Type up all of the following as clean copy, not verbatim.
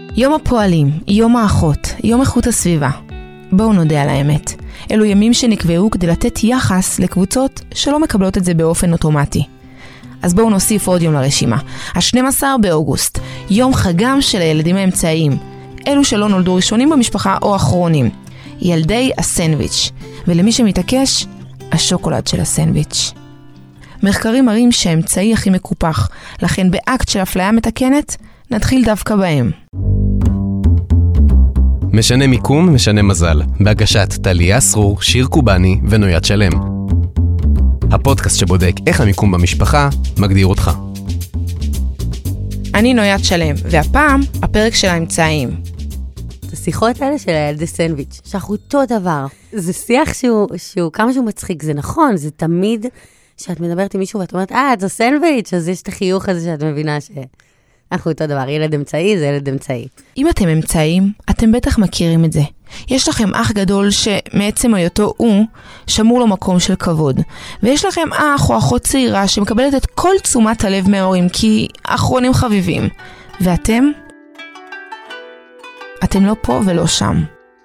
יום הפועלים, יום האחות, יום איכות הסביבה. בואו נודה על האמת. אלו ימים שנקבעו כדי לתת יחס לקבוצות שלא מקבלות את זה באופן אוטומטי. אז בואו נוסיף עוד יום לרשימה. ה-12 באוגוסט, יום חגם של הילדים האמצעיים. אלו שלא נולדו ראשונים במשפחה או אחרונים. ילדי הסנדוויץ'. ולמי שמתעקש, השוקולד של הסנדוויץ'. מחקרים מראים שהאמצעי הכי מקופח, לכן באקט של אפליה מתקנת, נתחיל דווקא בהם. משנה מיקום, משנה מזל. בהגשת טליה סרור, שיר קובני ונויד שלם. הפודקאסט שבודק איך המיקום במשפחה מגדיר אותך. אני נויד שלם, והפעם הפרק של האמצעים. השיחות האלה של הילדי סנדוויץ', שאנחנו אותו דבר. זה שיח שהוא כמה שהוא מצחיק, זה נכון, זה תמיד שאת מדברת עם מישהו ואת אומרת, זה סנדוויץ', אז יש את החיוך הזה שאת מבינה שאנחנו אותו דבר, ילד אמצעי זה ילד אמצעי. אם אתם אמצעים, אתם בטח מכירים את זה. יש לכם אח גדול שמעצם היותו הוא שמור לו מקום של כבוד. ויש לכם אח או אחות צעירה שמקבלת את כל תשומת הלב מההורים כי אחרונים חביבים. ואתם? אתם לא פה ולא שם.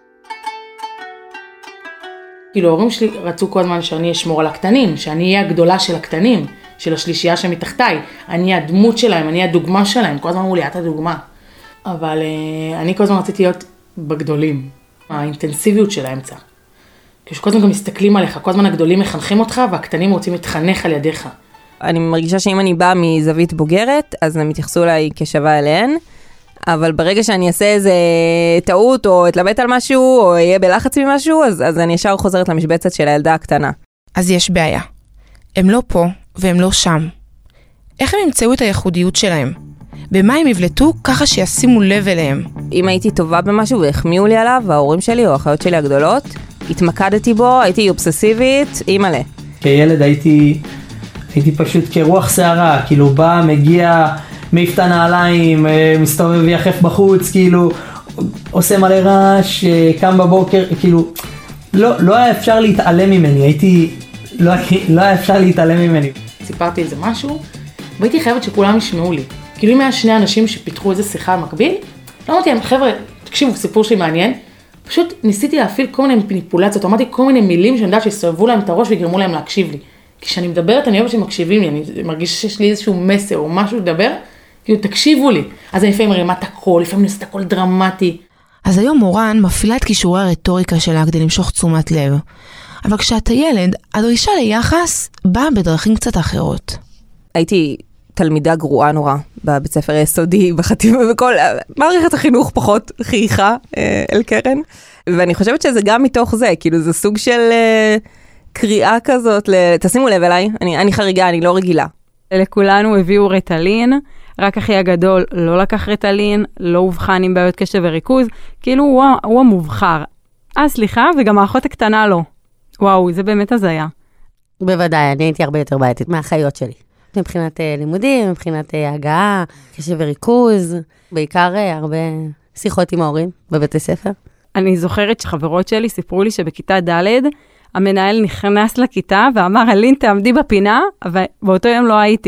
כאילו, ההורים שלי רצו כל הזמן שאני אשמור על הקטנים, שאני אהיה הגדולה של הקטנים, של השלישייה שמתחתיי. אני הדמות שלהם, אני הדוגמה שלהם. כל הזמן אמרו לי, את הדוגמה. אבל אני כל הזמן רציתי להיות בגדולים. האינטנסיביות של האמצע. כשכל הזמן גם מסתכלים עליך, כל הזמן הגדולים מחנכים אותך, והקטנים רוצים להתחנך על ידיך. אני מרגישה שאם אני באה מזווית בוגרת, אז הם יתייחסו אליי כשווה אליהן. אבל ברגע שאני אעשה איזה טעות, או אתלבט על משהו, או אהיה בלחץ ממשהו, אז אני ישר חוזרת למשבצת של הילדה הקטנה. אז יש בעיה. הם לא פה, והם לא שם. איך הם ימצאו את הייחודיות שלהם? במה הם יבלטו ככה שישימו לב אליהם? אם הייתי טובה במשהו והחמיאו לי עליו, וההורים שלי או האחיות שלי הגדולות, התמקדתי בו, הייתי אובססיבית, אימאלה. כילד הייתי פשוט כרוח שערה, כאילו בא, מגיע, מעיף את הנעליים, מסתובב יחף בחוץ, כאילו עושה מלא רעש, קם בבוקר, כאילו לא היה אפשר להתעלם ממני, לא היה אפשר להתעלם ממני. סיפרתי איזה משהו, והייתי חייבת שכולם ישמעו לי. כאילו אם היה שני אנשים שפיתחו איזה שיחה מקביל, לא אמרתי להם, חבר'ה, תקשיבו, סיפור שלי מעניין, פשוט ניסיתי להפעיל כל מיני מניפולציות, אמרתי כל מיני מילים שאני יודעת שיסובבו להם את הראש ויגרמו להם להקשיב לי. כי כשאני מדברת, אני אוהבת שמקשיבים לי, אני מרגיש שיש לי איזשהו מסר או משהו לדבר, כאילו תקשיבו לי. אז אני לפעמים מרימה את הכל, לפעמים אני עושה את הכל דרמטי. אז היום מורן מפעילה את כישורי הרטוריקה שלה כדי למשוך תשומת לב. אבל כשאתה ילד, הדרישה ליחס באה בדרכים קצת אחרות. הייתי תלמידה גרועה נורא בבית ספר היסודי, בחטיבה וכל מערכת החינוך פחות חייכה אל קרן. ואני חושבת שזה גם מתוך זה, כאילו זה סוג של קריאה כזאת, תשימו לב אליי, אני חריגה, אני לא רגילה. לכולנו הביאו רטלין, רק אחי הגדול לא לקח רטלין, לא הובחן עם בעיות קשב וריכוז, כאילו הוא המובחר. סליחה, וגם האחות הקטנה לא. וואו, זה באמת הזיה. בוודאי, אני הייתי הרבה יותר בעייתית מהחיות שלי. מבחינת לימודים, מבחינת הגעה, קשב וריכוז, בעיקר הרבה שיחות עם ההורים בבתי ספר. אני זוכרת שחברות שלי סיפרו לי שבכיתה ד' המנהל נכנס לכיתה ואמר, אלין תעמדי בפינה, אבל באותו יום לא הייתי.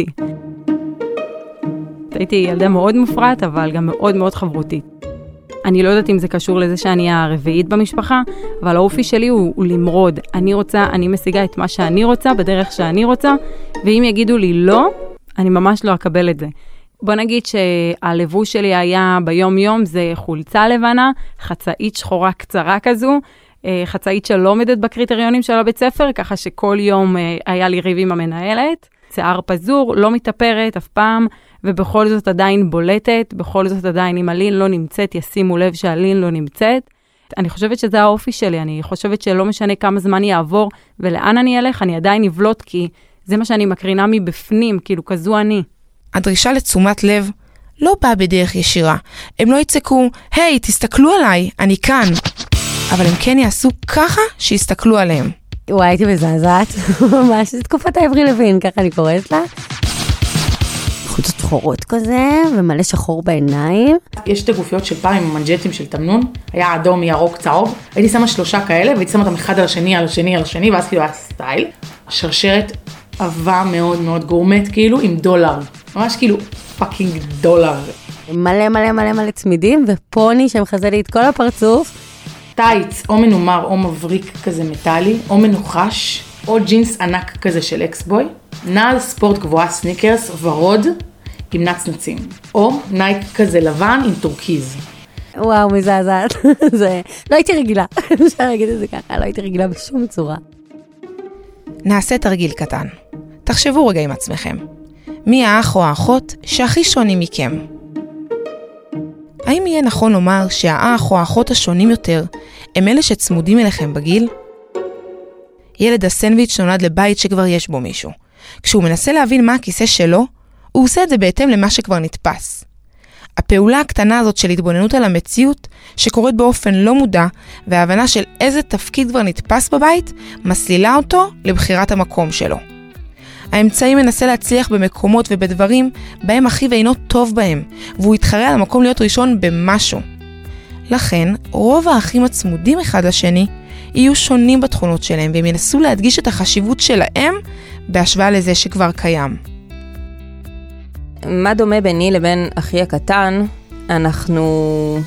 הייתי ילדה מאוד מופרעת, אבל גם מאוד מאוד חברותית. אני לא יודעת אם זה קשור לזה שאני הרביעית במשפחה, אבל האופי שלי הוא למרוד. אני משיגה את מה שאני רוצה, בדרך שאני רוצה, ואם יגידו לי לא, אני ממש לא אקבל את זה. בוא נגיד שהלבוש שלי היה ביום יום, זה חולצה לבנה, חצאית שחורה קצרה כזו, חצאית שלא עומדת בקריטריונים של הבית ספר, ככה שכל יום היה לי ריב עם המנהלת, שיער פזור, לא מתאפרת אף פעם, ובכל זאת עדיין בולטת, בכל זאת עדיין אם אלין לא נמצאת, ישימו לב שאלין לא נמצאת. אני חושבת שזה האופי שלי, אני חושבת שלא משנה כמה זמן יעבור ולאן אני אלך, אני עדיין אבלוט, כי זה מה שאני מקרינה מבפנים, כאילו כזו אני. הדרישה לתשומת לב לא באה בדרך ישירה. הם לא יצקו, היי, תסתכלו עליי, אני כאן. אבל הם כן יעשו ככה שיסתכלו עליהם. וואי, הייתי מזעזעת, ממש, זה תקופת העברי לוין, ככה אני קוראת לה. חוצות שחורות כזה, ומלא שחור בעיניים. יש את הגופיות של פעם עם המנג'טים של תמנון, היה אדום, ירוק, צהוב. הייתי שמה 3 כאלה, והייתי שמה אותם אחד על השני, על השני, על השני, ואז כאילו היה סטייל. השרשרת עבה מאוד מאוד גורמת, כאילו, עם $. ממש כאילו פאקינג $. מלא מלא מלא מלא צמידים, ופוני שמחזה לי את כל הפרצוף. טייץ, או מנומר או מבריק כזה מטלי, או מנוחש, או ג'ינס ענק כזה של אקסבוי, נעל ספורט גבוהה סניקרס ורוד עם נצנצים, או נייק כזה לבן עם טורקיז. וואו, מזעזעת. לא הייתי רגילה, אפשר להגיד את זה ככה, לא הייתי רגילה בשום צורה. נעשה תרגיל קטן. תחשבו רגע עם עצמכם. מי האח או האחות שהכי שונים מכם? האם יהיה נכון לומר שהאח או האחות השונים יותר הם אלה שצמודים אליכם בגיל? ילד הסנדוויץ' נולד לבית שכבר יש בו מישהו. כשהוא מנסה להבין מה הכיסא שלו, הוא עושה את זה בהתאם למה שכבר נתפס. הפעולה הקטנה הזאת של התבוננות על המציאות, שקורית באופן לא מודע, וההבנה של איזה תפקיד כבר נתפס בבית, מסלילה אותו לבחירת המקום שלו. האמצעי מנסה להצליח במקומות ובדברים בהם אחיו אינו טוב בהם, והוא יתחרה על המקום להיות ראשון במשהו. לכן, רוב האחים הצמודים אחד לשני יהיו שונים בתכונות שלהם, והם ינסו להדגיש את החשיבות שלהם בהשוואה לזה שכבר קיים. מה דומה ביני לבין אחי הקטן? אנחנו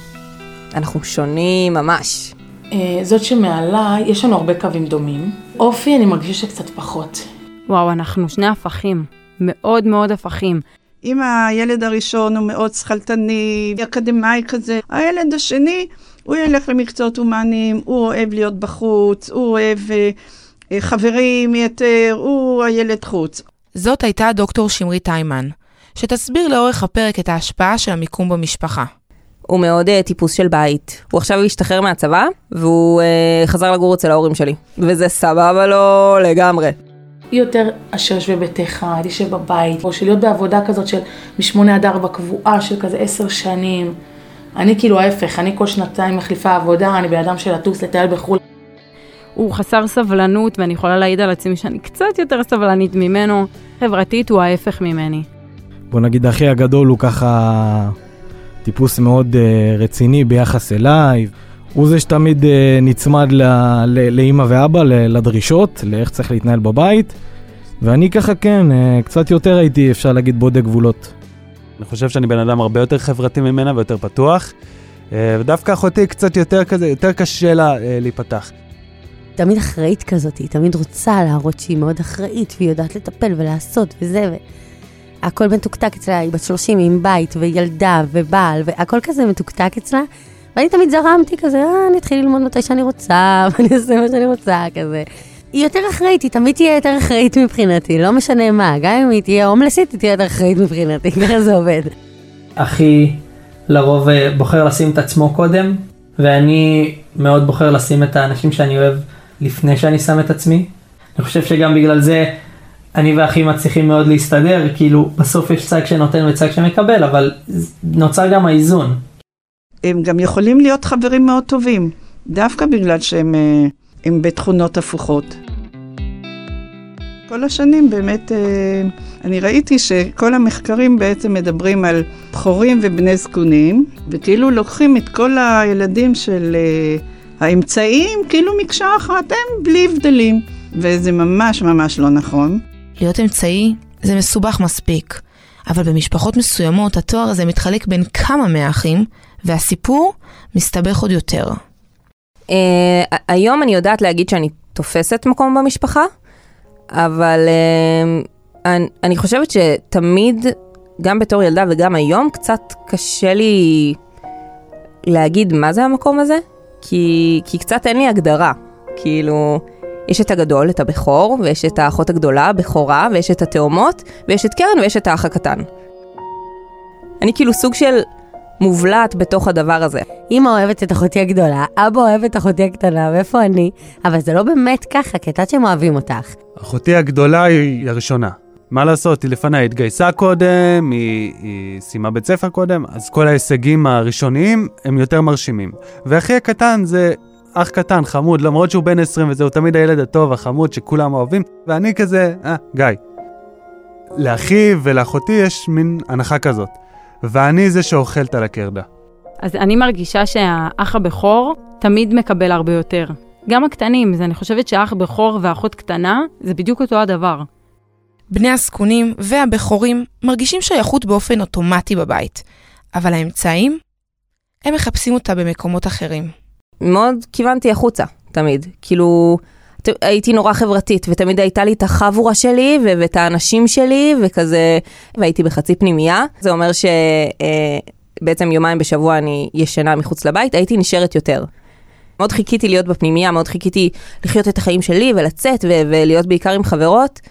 שונים ממש. זאת שמעליי, יש לנו הרבה קווים דומים. אופי אני מרגישה שקצת פחות. וואו, אנחנו שני הפכים, מאוד מאוד הפכים. אם הילד הראשון הוא מאוד שכלתני, אקדמאי כזה, הילד השני, הוא ילך למקצועות הומניים, הוא אוהב להיות בחוץ, הוא אוהב חברים יותר, הוא הילד חוץ. זאת הייתה דוקטור שמרית טיימן, שתסביר לאורך הפרק את ההשפעה של המיקום במשפחה. הוא מאוד טיפוס של בית. הוא עכשיו השתחרר מהצבא, והוא חזר לגור אצל ההורים שלי. וזה סבבה לו לגמרי. היא יותר אשרש בביתך, תשב בבית, או של להיות בעבודה כזאת של מ8-4 קבועה של כזה 10 שנים. אני כאילו ההפך, אני כל שנתיים מחליפה עבודה, אני באדם של לטוס לטייל בחול. הוא חסר סבלנות, ואני יכולה להעיד על עצמי שאני קצת יותר סבלנית ממנו. חברתית הוא ההפך ממני. בוא נגיד, אחי הגדול הוא ככה טיפוס מאוד רציני ביחס אליי. הוא זה שתמיד נצמד לאמא ואבא, לדרישות, לאיך צריך להתנהל בבית. ואני ככה כן, קצת יותר הייתי, אפשר להגיד, בודק גבולות. אני חושב שאני בן אדם הרבה יותר חברתי ממנה ויותר פתוח. ודווקא אחותי קצת יותר כזה, יותר קשה לה להיפתח. תמיד אחראית כזאת, היא תמיד רוצה להראות שהיא מאוד אחראית, והיא יודעת לטפל ולעשות וזה. הכל מתוקתק אצלה, היא בת 30 עם בית וילדה ובעל, והכל כזה מתוקתק אצלה. ואני תמיד זרמתי כזה, אני אתחיל ללמוד מתי שאני רוצה, ואני אעשה מה שאני רוצה, כזה. היא יותר אחראית, היא תמיד תהיה יותר אחראית מבחינתי, לא משנה מה, גם אם היא תהיה הומלסית, היא תהיה יותר אחראית מבחינתי, ככה זה עובד. אחי לרוב בוחר לשים את עצמו קודם, ואני מאוד בוחר לשים את האנשים שאני אוהב לפני שאני שם את עצמי. אני חושב שגם בגלל זה אני ואחי מצליחים מאוד להסתדר, כאילו בסוף יש צג שנותן וצג שמקבל, אבל נוצר גם האיזון. הם גם יכולים להיות חברים מאוד טובים, דווקא בגלל שהם בתכונות הפוכות. כל השנים באמת, אני ראיתי שכל המחקרים בעצם מדברים על בחורים ובני זקונים, וכאילו לוקחים את כל הילדים של האמצעים, כאילו מקשה אחת, הם בלי הבדלים, וזה ממש ממש לא נכון. להיות אמצעי זה מסובך מספיק, אבל במשפחות מסוימות התואר הזה מתחלק בין כמה מהאחים, והסיפור מסתבך עוד יותר. היום אני יודעת להגיד שאני תופסת מקום במשפחה, אבל אני חושבת שתמיד, גם בתור ילדה וגם היום, קצת קשה לי להגיד מה זה המקום הזה, כי קצת אין לי הגדרה. כאילו, יש את הגדול, את הבכור, ויש את האחות הגדולה, הבכורה, ויש את התאומות, ויש את קרן, ויש את האח הקטן. אני כאילו סוג של מובלעת בתוך הדבר הזה. אמא אוהבת את אחותי הגדולה, אבא אוהב את אחותי הקטנה, ואיפה אני? אבל זה לא באמת ככה, כי את שהם אוהבים אותך. אחותי הגדולה היא הראשונה. מה לעשות? היא לפני התגייסה קודם, היא סיימה בית ספר קודם, אז כל ההישגים הראשוניים הם יותר מרשימים. ואחי הקטן זה אח קטן, חמוד, למרות שהוא בן 20 וזהו תמיד הילד הטוב, החמוד שכולם אוהבים, ואני כזה, גיא. לאחי ולאחותי יש מין הנחה כזאת. ואני זה שאוכלת על הקרדה. אז אני מרגישה שהאח הבכור תמיד מקבל הרבה יותר. גם הקטנים, אז אני חושבת שהאח בכור ואחות קטנה זה בדיוק אותו הדבר. בני הזקונים והבכורים מרגישים שייכות באופן אוטומטי בבית. אבל האמצעים, הם מחפשים אותה במקומות אחרים. מאוד כיוונתי החוצה, תמיד. כאילו, הייתי נורא חברתית, ותמיד הייתה לי את החבורה שלי, ואת האנשים שלי, וכזה, והייתי בחצי פנימייה. זה אומר שבעצם יומיים בשבוע אני ישנה מחוץ לבית, הייתי נשארת יותר. מאוד חיכיתי להיות בפנימייה, מאוד חיכיתי לחיות את החיים שלי, ולצאת, ולהיות בעיקר עם חברות.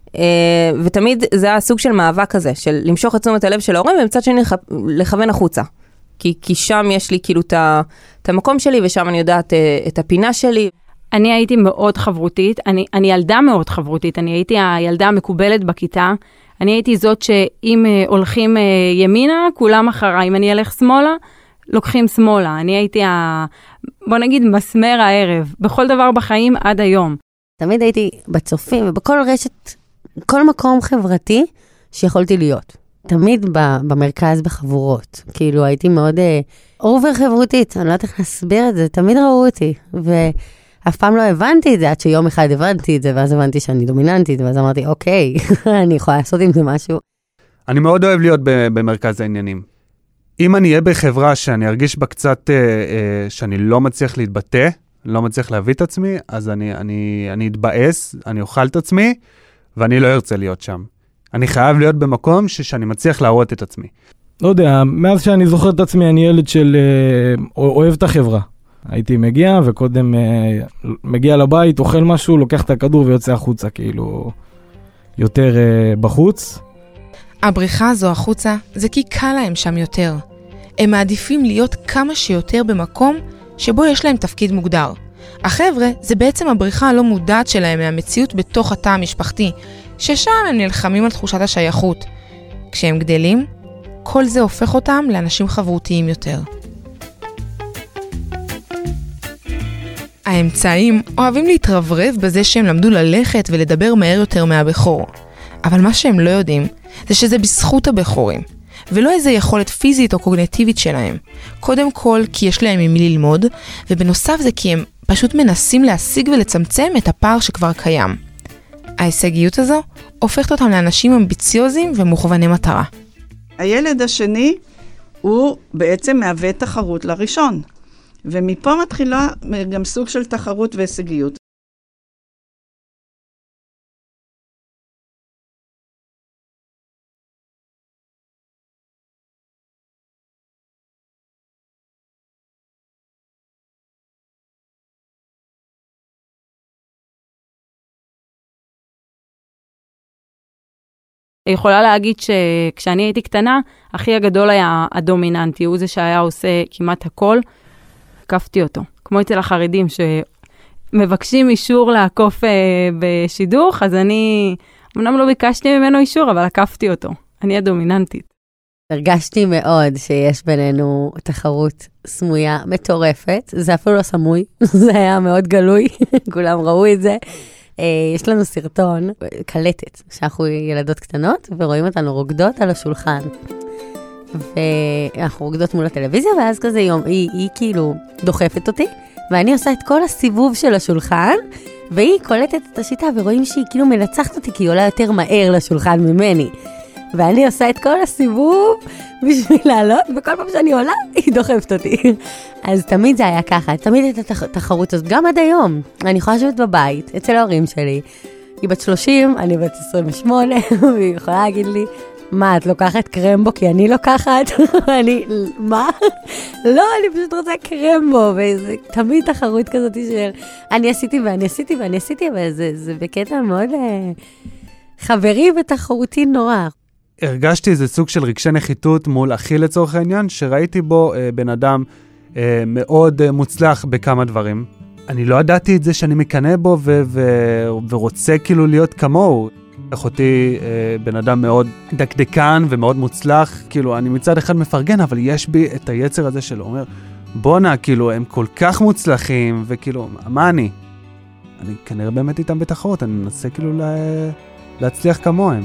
ותמיד זה היה סוג של מאבק כזה, של למשוך את תשומת הלב של ההורים, ומצד שני לכוון החוצה. כי שם יש לי כאילו את המקום שלי, ושם אני יודעת את הפינה שלי. אני הייתי מאוד חברותית, אני ילדה מאוד חברותית, אני הייתי הילדה המקובלת בכיתה, אני הייתי זאת שאם הולכים ימינה, כולם אחריי, אם אני אלך שמאלה, לוקחים שמאלה, אני הייתי בוא נגיד מסמר הערב, בכל דבר בחיים עד היום. תמיד הייתי בצופים ובכל רשת, כל מקום חברתי שיכולתי להיות. תמיד במרכז בחבורות, כאילו הייתי מאוד אובר חברותית, אני לא יודעת איך להסביר את זה, תמיד ראו אותי, אף פעם לא הבנתי את זה, עד שיום אחד הבנתי את זה, ואז הבנתי שאני דומיננטית, ואז אמרתי, אוקיי, אני יכולה לעשות עם זה משהו. אני מאוד אוהב להיות במרכז העניינים. אם אני אהיה בחברה שאני ארגיש בה קצת, שאני לא מצליח להתבטא, לא מצליח להביא את עצמי, אז אני אתבאס, אני אוכל את עצמי, ואני לא ארצה להיות שם. אני חייב להיות במקום שאני מצליח להראות את עצמי. לא יודע, מאז שאני זוכר את עצמי, אני ילד של אוהב את החברה. הייתי מגיע, וקודם מגיע לבית, אוכל משהו, לוקח את הכדור ויוצא החוצה, כאילו, יותר בחוץ. הבריחה הזו החוצה, זה כי קל להם שם יותר. הם מעדיפים להיות כמה שיותר במקום שבו יש להם תפקיד מוגדר. החבר'ה, זה בעצם הבריחה הלא מודעת שלהם מהמציאות בתוך התא המשפחתי, ששם הם נלחמים על תחושת השייכות. כשהם גדלים, כל זה הופך אותם לאנשים חברותיים יותר. האמצעים אוהבים להתרברב בזה שהם למדו ללכת ולדבר מהר יותר מהבכור. אבל מה שהם לא יודעים, זה שזה בזכות הבכורים, ולא איזה יכולת פיזית או קוגניטיבית שלהם. קודם כל, כי יש להם עם מי ללמוד, ובנוסף זה כי הם פשוט מנסים להשיג ולצמצם את הפער שכבר קיים. ההישגיות הזו הופכת אותם לאנשים אמביציוזיים ומוכווני מטרה. הילד השני הוא בעצם מהווה תחרות לראשון, ומפה מתחילה גם סוג של תחרות והישגיות. יכולה להגיד שכשאני הייתי קטנה, אחי הגדול היה הדומיננטי, הוא זה שהיה עושה כמעט הכל, קפתי אותו. כמו אצל החרדים שמבקשים אישור לעקוף בשידוך, אז אני, אמנם לא ביקשתי ממנו אישור, אבל עקפתי אותו. אני הדומיננטית. הרגשתי מאוד שיש בינינו תחרות סמויה מטורפת, זה אפילו לא סמוי, זה היה מאוד גלוי, כולם ראו את זה. יש לנו סרטון, קלטת, שאנחנו ילדות קטנות, ורואים אותנו רוקדות על השולחן. ואנחנו רוקדות מול הטלוויזיה, ואז כזה יום, היא כאילו דוחפת אותי, ואני עושה את כל הסיבוב של השולחן, והיא קולטת את השיטה, ורואים שהיא כאילו מנצחת אותי, כי היא עולה יותר מהר לשולחן ממני. ואני עושה את כל הסיבוב בשביל לעלות, וכל פעם שאני עולה, היא דוחפת אותי. אז תמיד זה היה ככה, תמיד הייתה התחרות הזאת, גם עד היום. אני יכולה לשבת בבית, אצל ההורים שלי, היא בת 30, אני בת 28, והיא יכולה להגיד לי, מה, את לוקחת קרמבו? כי אני לוקחת. אני, מה? לא, אני פשוט רוצה קרמבו, וזה תמיד תחרות כזאת של, אני עשיתי ואני עשיתי ואני עשיתי, אבל זה בקטע מאוד חברי ותחרותי נורא. הרגשתי איזה סוג של רגשי נחיתות מול אחי לצורך העניין, שראיתי בו בן אדם מאוד מוצלח בכמה דברים. אני לא ידעתי את זה שאני מקנא בו ורוצה כאילו להיות כמוהו. אחותי בן אדם מאוד דקדקן ומאוד מוצלח, כאילו אני מצד אחד מפרגן, אבל יש בי את היצר הזה שלו, אומר, בונה, כאילו הם כל כך מוצלחים, וכאילו, מה אני? אני כנראה באמת איתם בתחרות, אני מנסה כאילו להצליח כמוהם.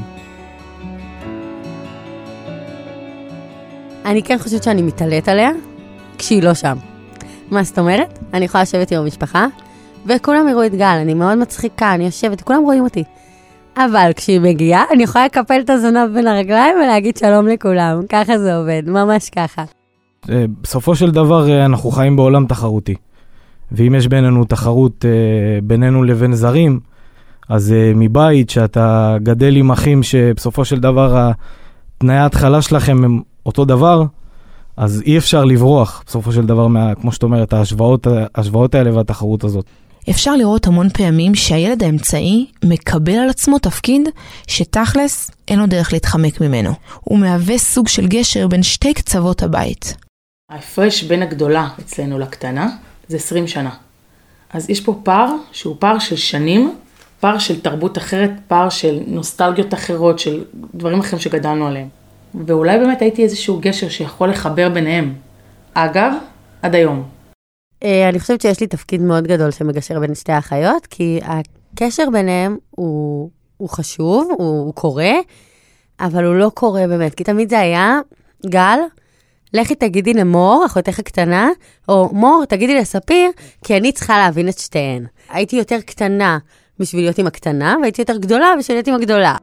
אני כן חושבת שאני מתעלת עליה, כשהיא לא שם. מה זאת אומרת? אני יכולה לשבת עם המשפחה, וכולם יראו את גל, אני מאוד מצחיקה, אני יושבת, כולם רואים אותי. אבל כשהיא מגיעה, אני יכולה לקפל את הזנב בין הרגליים ולהגיד שלום לכולם. ככה זה עובד, ממש ככה. בסופו של דבר אנחנו חיים בעולם תחרותי. ואם יש בינינו תחרות בינינו לבין זרים, אז מבית שאתה גדל עם אחים שבסופו של דבר תנאי ההתחלה שלכם הם אותו דבר, אז אי אפשר לברוח בסופו של דבר, כמו שאת אומרת, ההשוואות האלה והתחרות הזאת. אפשר לראות המון פעמים שהילד האמצעי מקבל על עצמו תפקיד שתכלס אין לו דרך להתחמק ממנו. הוא מהווה סוג של גשר בין שתי קצוות הבית. ההפרש בין הגדולה אצלנו לקטנה זה 20 שנה. אז יש פה פער שהוא פער של שנים, פער של תרבות אחרת, פער של נוסטלגיות אחרות, של דברים אחרים שגדלנו עליהם. ואולי באמת הייתי איזשהו גשר שיכול לחבר ביניהם. אגב, עד היום. אני חושבת שיש לי תפקיד מאוד גדול שמגשר בין שתי האחיות, כי הקשר ביניהם הוא חשוב, הוא קורה, אבל הוא לא קורה באמת, כי תמיד זה היה, גל, לכי תגידי למור, אחותך הקטנה, או מור, תגידי לספיר, כי אני צריכה להבין את שתיהן. הייתי יותר קטנה בשביל להיות עם הקטנה, והייתי יותר גדולה בשביל להיות עם הגדולה.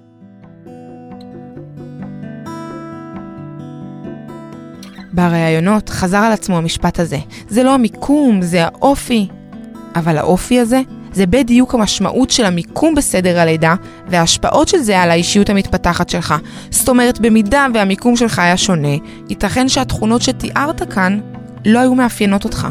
ברעיונות חזר על עצמו המשפט הזה. זה לא המיקום, זה האופי. אבל האופי הזה, זה בדיוק המשמעות של המיקום בסדר הלידה, וההשפעות של זה על האישיות המתפתחת שלך. זאת אומרת, במידה והמיקום שלך היה שונה, ייתכן שהתכונות שתיארת כאן לא היו מאפיינות אותך.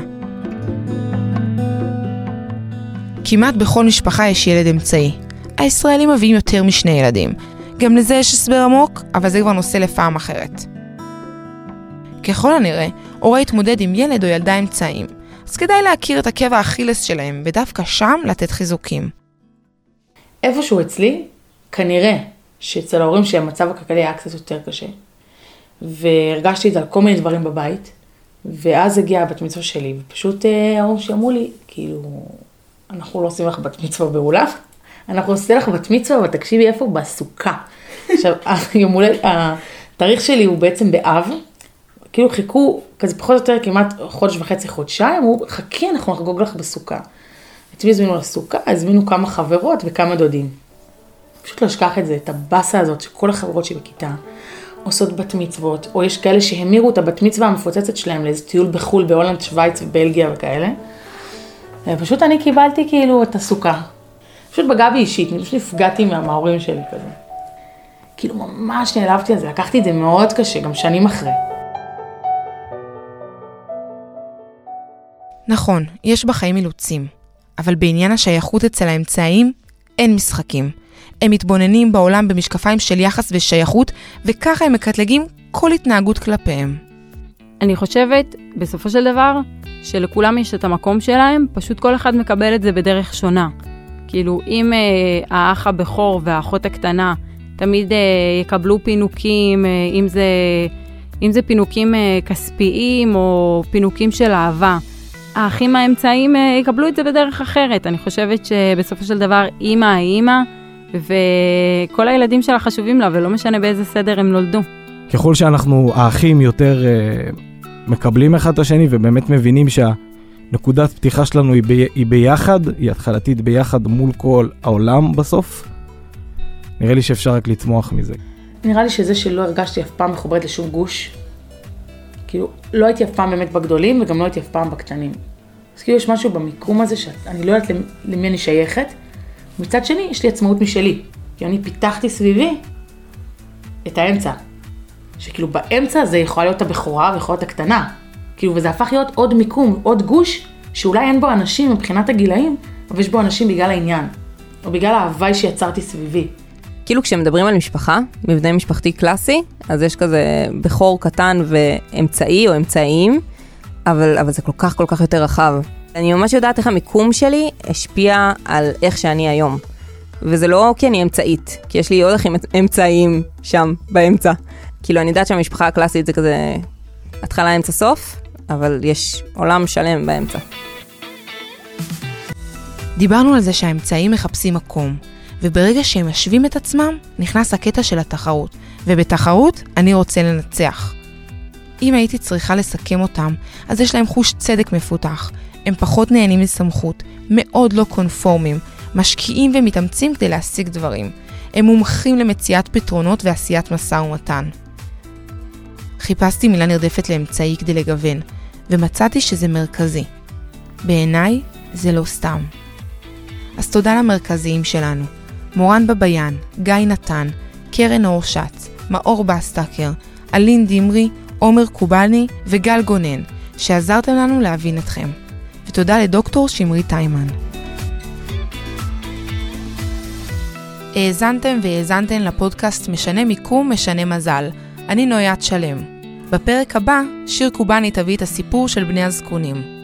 כמעט בכל משפחה יש ילד אמצעי. הישראלים מביאים יותר משני ילדים. גם לזה יש הסבר עמוק, אבל זה כבר נושא לפעם אחרת. ככל הנראה, הורה יתמודד עם ילד או ילדה אמצעיים, אז כדאי להכיר את עקב האכילס שלהם, ודווקא שם לתת חיזוקים. איפשהו אצלי, כנראה שאצל ההורים שהמצב הכלכלי היה קצת יותר קשה, והרגשתי את זה על כל מיני דברים בבית, ואז הגיעה הבת מצווה שלי, ופשוט ההורים שאמרו לי, כאילו, אנחנו לא עושים לך בת מצווה באולם, אנחנו עושים לך בת מצווה, ותקשיבי איפה? בסוכה. עכשיו, התאריך שלי הוא בעצם באב, כאילו חיכו, כזה פחות או יותר כמעט חודש וחצי, חודשיים, אמרו, חכי, אנחנו נחגוג לך בסוכה. אצלי הזמינו לסוכה, הזמינו כמה חברות וכמה דודים. פשוט לא אשכח את זה, את הבאסה הזאת, שכל החברות שבכיתה עושות בת מצוות, או יש כאלה שהמירו את הבת מצווה המפוצצת שלהם לאיזה טיול בחול, בהולנד, שוויץ ובלגיה וכאלה. פשוט אני קיבלתי כאילו את הסוכה. פשוט בגבי אישית, אני פשוט נפגעתי מההורים שלי כזה. כאילו ממש נעלבתי על זה, לקחתי את זה מאוד קשה, גם שנים אחרי. נכון, יש בחיים אילוצים, אבל בעניין השייכות אצל האמצעיים אין משחקים. הם מתבוננים בעולם במשקפיים של יחס ושייכות, וככה הם מקטלגים כל התנהגות כלפיהם. אני חושבת, בסופו של דבר, שלכולם יש את המקום שלהם, פשוט כל אחד מקבל את זה בדרך שונה. כאילו, אם האח הבכור והאחות הקטנה תמיד יקבלו פינוקים, אם זה פינוקים כספיים או פינוקים של אהבה, האחים האמצעיים יקבלו את זה בדרך אחרת. אני חושבת שבסופו של דבר אימא היא אימא, וכל הילדים שלה חשובים לה, ולא משנה באיזה סדר הם נולדו. ככל שאנחנו האחים יותר מקבלים אחד את השני, ובאמת מבינים שהנקודת פתיחה שלנו היא ביחד, היא התחלתית ביחד מול כל העולם בסוף, נראה לי שאפשר רק לצמוח מזה. נראה לי שזה שלא הרגשתי אף פעם מחוברת לשום גוש, כאילו, לא הייתי אף פעם באמת בגדולים, וגם לא הייתי אף פעם בקטנים. אז כאילו, יש משהו במיקום הזה שאני לא יודעת למי אני שייכת. מצד שני, יש לי עצמאות משלי. כי אני פיתחתי סביבי את האמצע. שכאילו, באמצע זה יכול להיות הבכורה ויכול להיות הקטנה. כאילו, וזה הפך להיות עוד מיקום, עוד גוש, שאולי אין בו אנשים מבחינת הגילאים, אבל יש בו אנשים בגלל העניין. או בגלל ההוואי שיצרתי סביבי. כאילו כשמדברים על משפחה, מבנה משפחתי קלאסי, אז יש כזה בכור קטן ואמצעי או אמצעיים, אבל זה כל כך יותר רחב. אני ממש יודעת איך המיקום שלי השפיע על איך שאני היום. וזה לא כי אני אמצעית, כי יש לי עוד אחים אמצעיים שם באמצע. כאילו אני יודעת שהמשפחה הקלאסית זה כזה התחלה, אמצע, סוף, אבל יש עולם שלם באמצע. דיברנו על זה שהאמצעים מחפשים מקום. וברגע שהם משווים את עצמם, נכנס הקטע של התחרות. ובתחרות, אני רוצה לנצח. אם הייתי צריכה לסכם אותם, אז יש להם חוש צדק מפותח. הם פחות נהנים מסמכות, מאוד לא קונפורמים, משקיעים ומתאמצים כדי להשיג דברים. הם מומחים למציאת פתרונות ועשיית משא ומתן. חיפשתי מילה נרדפת לאמצעי כדי לגוון, ומצאתי שזה מרכזי. בעיניי זה לא סתם. אז תודה למרכזיים שלנו, מורן בביין, גיא נתן, קרן אורשץ, מאור בסטקר, אלין דמרי, עומר קובלני וגל גונן, שעזרתם לנו להבין אתכם. ותודה לדוקטור שמרי טיימן. האזנתם והאזנתן לפודקאסט משנה מיקום, משנה מזל. אני נויית שלם. בפרק הבא, שיר קובלני תביא את הסיפור של בני הזקונים.